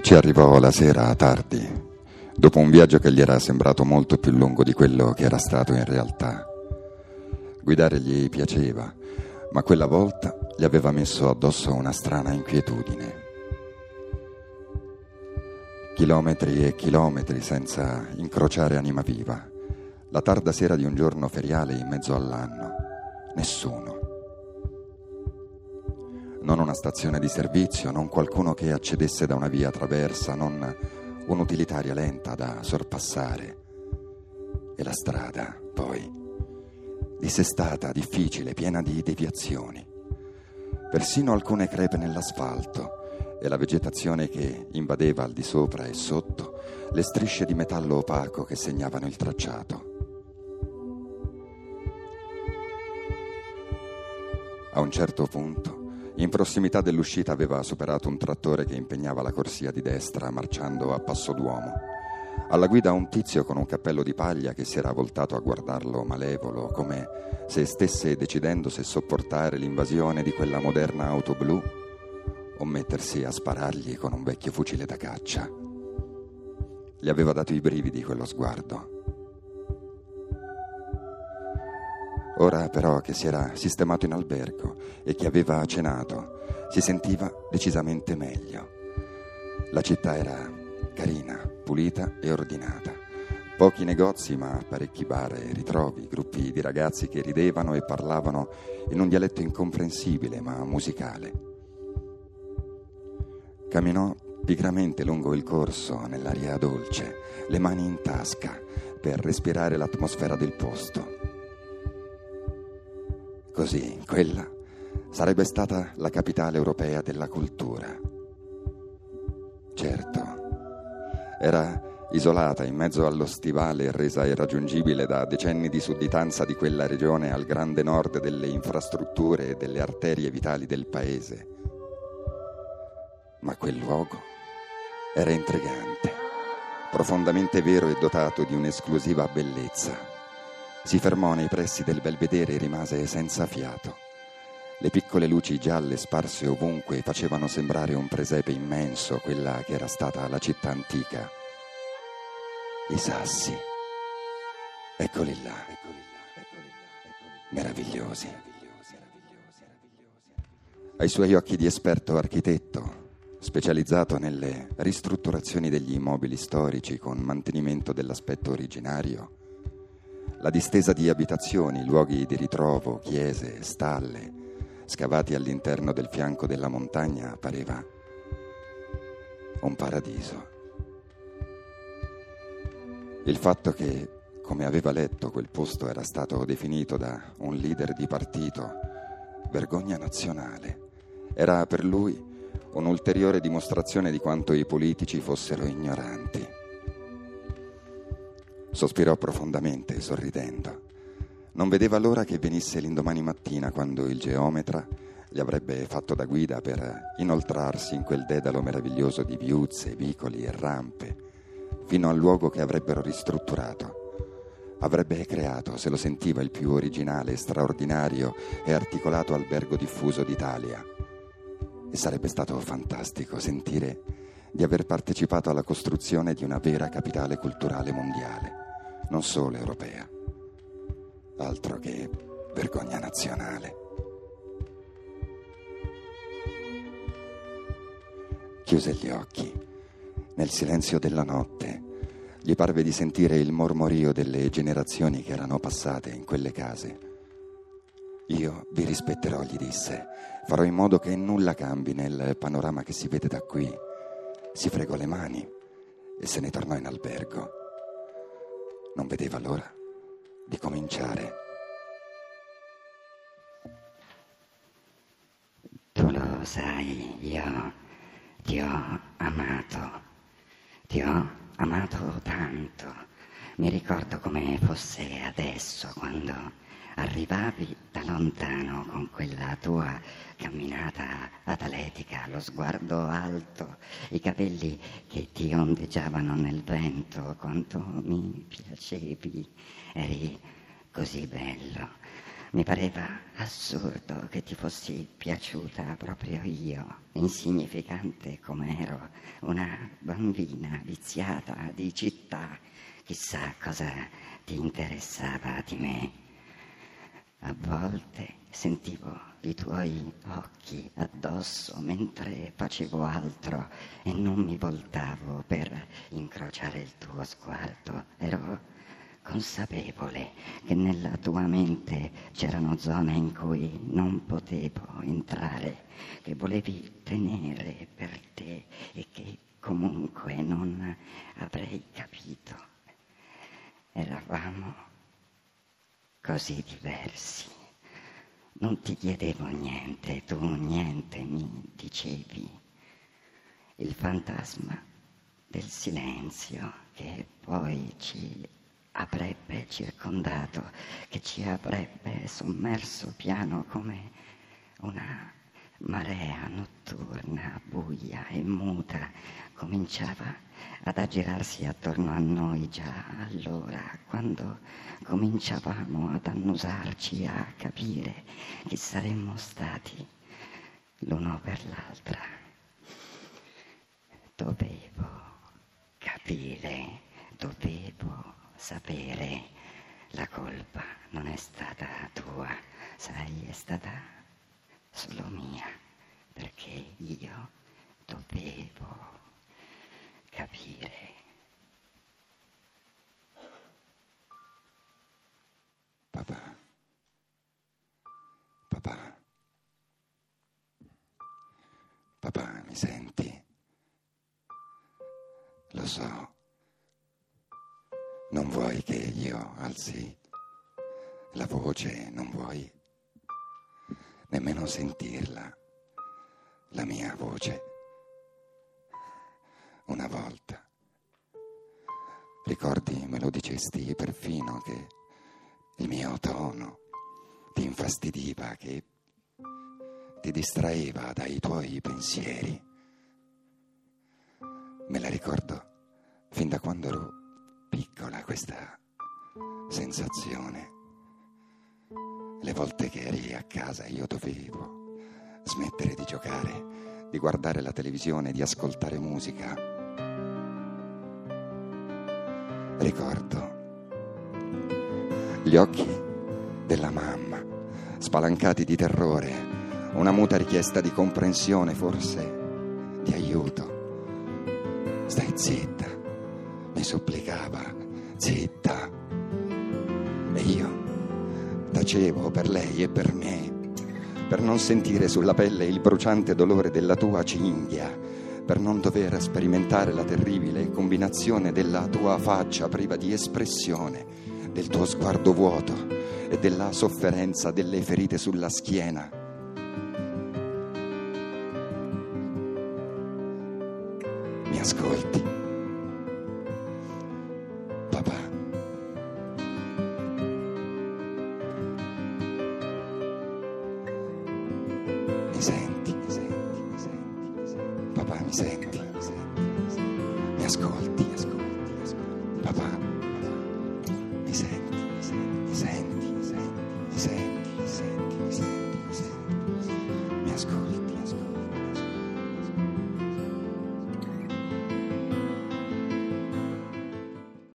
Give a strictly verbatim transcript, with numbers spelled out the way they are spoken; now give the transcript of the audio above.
Ci arrivò la sera tardi, dopo un viaggio che gli era sembrato molto più lungo di quello che era stato in realtà. Guidare gli piaceva, ma quella volta gli aveva messo addosso una strana inquietudine. Chilometri e chilometri senza incrociare anima viva. La tarda sera di un giorno feriale in mezzo all'anno. Nessuno. Non una stazione di servizio, non qualcuno che accedesse da una via traversa, non un'utilitaria lenta da sorpassare. E la strada, poi, dissestata, difficile, piena di deviazioni. Persino alcune crepe nell'asfalto e la vegetazione che invadeva al di sopra e sotto le strisce di metallo opaco che segnavano il tracciato. A un certo punto, in prossimità dell'uscita, aveva superato un trattore che impegnava la corsia di destra, marciando a passo d'uomo. Alla guida un tizio con un cappello di paglia che si era voltato a guardarlo malevolo, come se stesse decidendo se sopportare l'invasione di quella moderna auto blu o mettersi a sparargli con un vecchio fucile da caccia. Gli aveva dato i brividi quello sguardo. Ora però che si era sistemato in albergo e che aveva cenato, si sentiva decisamente meglio. La città era carina, pulita e ordinata. Pochi negozi, ma parecchi bar e ritrovi, gruppi di ragazzi che ridevano e parlavano in un dialetto incomprensibile ma musicale. Camminò pigramente lungo il corso nell'aria dolce, le mani in tasca per respirare l'atmosfera del posto. Così, quella sarebbe stata la capitale europea della cultura. Certo, era isolata in mezzo allo stivale e resa irraggiungibile da decenni di sudditanza di quella regione al grande nord delle infrastrutture e delle arterie vitali del paese. Ma quel luogo era intrigante, profondamente vero e dotato di un'esclusiva bellezza. Si fermò nei pressi del belvedere e rimase senza fiato. Le piccole luci gialle sparse ovunque facevano sembrare un presepe immenso quella che era stata la città antica. I sassi, eccoli là, meravigliosi. Ai suoi occhi di esperto architetto, specializzato nelle ristrutturazioni degli immobili storici con mantenimento dell'aspetto originario, la distesa di abitazioni, luoghi di ritrovo, chiese, stalle, scavati all'interno del fianco della montagna, pareva un paradiso. Il fatto che, come aveva letto, quel posto era stato definito da un leader di partito vergogna nazionale, era per lui un'ulteriore dimostrazione di quanto i politici fossero ignoranti. Sospirò profondamente, sorridendo. Non vedeva l'ora che venisse l'indomani mattina, quando il geometra gli avrebbe fatto da guida per inoltrarsi in quel dedalo meraviglioso di viuzze, vicoli e rampe, fino al luogo che avrebbero ristrutturato. Avrebbe creato, se lo sentiva, il più originale, straordinario e articolato albergo diffuso d'Italia. E sarebbe stato fantastico sentire di aver partecipato alla costruzione di una vera capitale culturale mondiale, non solo europea. Altro che vergogna nazionale. Chiuse gli occhi. Nel silenzio della notte gli parve di sentire il mormorio delle generazioni che erano passate in quelle case. Io vi rispetterò, gli disse. Farò in modo che nulla cambi nel panorama che si vede da qui. Si fregò le mani e se ne tornò in albergo. Non vedeva l'ora di cominciare. Tu lo sai, io ti ho amato, ti ho amato tanto. Mi ricordo come fosse adesso, quando arrivavi da lontano con quella tua camminata atletica, lo sguardo alto, i capelli che ti ondeggiavano nel vento, quanto mi piacevi, eri così bello. Mi pareva assurdo che ti fossi piaciuta proprio io, insignificante come ero, una bambina viziata di città. Chissà cosa ti interessava di me. A volte sentivo i tuoi occhi addosso mentre facevo altro e non mi voltavo per incrociare il tuo sguardo. Ero consapevole che nella tua mente c'erano zone in cui non potevo entrare, che volevi tenere per te e che comunque non avrei capito. Eravamo così diversi. Non ti chiedevo niente, tu niente mi dicevi. Il fantasma del silenzio che poi ci avrebbe circondato, che ci avrebbe sommerso piano come una marea notturna, buia e muta, cominciava ad aggirarsi attorno a noi già allora, quando cominciavamo ad annusarci, a capire chi saremmo stati l'uno per l'altra. Dovevo capire, dovevo sapere, la colpa non è stata tua, sai, è stata solo mia, perché io dovevo capire. Papà, papà, papà, mi senti? Lo so. Non vuoi che io alzi la voce, non vuoi nemmeno sentirla, la mia voce. Una volta, ricordi, me lo dicesti perfino, che il mio tono ti infastidiva, che ti distraeva dai tuoi pensieri. Me la ricordo fin da quando ero piccola, questa sensazione. Le volte che eri a casa io dovevo smettere di giocare, di guardare la televisione, di ascoltare musica. Ricordo gli occhi della mamma, spalancati di terrore, una muta richiesta di comprensione, forse di aiuto. Stai zitta, mi supplicava, zitta. E io tacevo per lei e per me, per non sentire sulla pelle il bruciante dolore della tua cinghia, per non dover sperimentare la terribile combinazione della tua faccia priva di espressione, del tuo sguardo vuoto e della sofferenza delle ferite sulla schiena. Mi ascolti? Papà. Mi senti, mi senti, mi senti, mi senti. Papà, mi senti?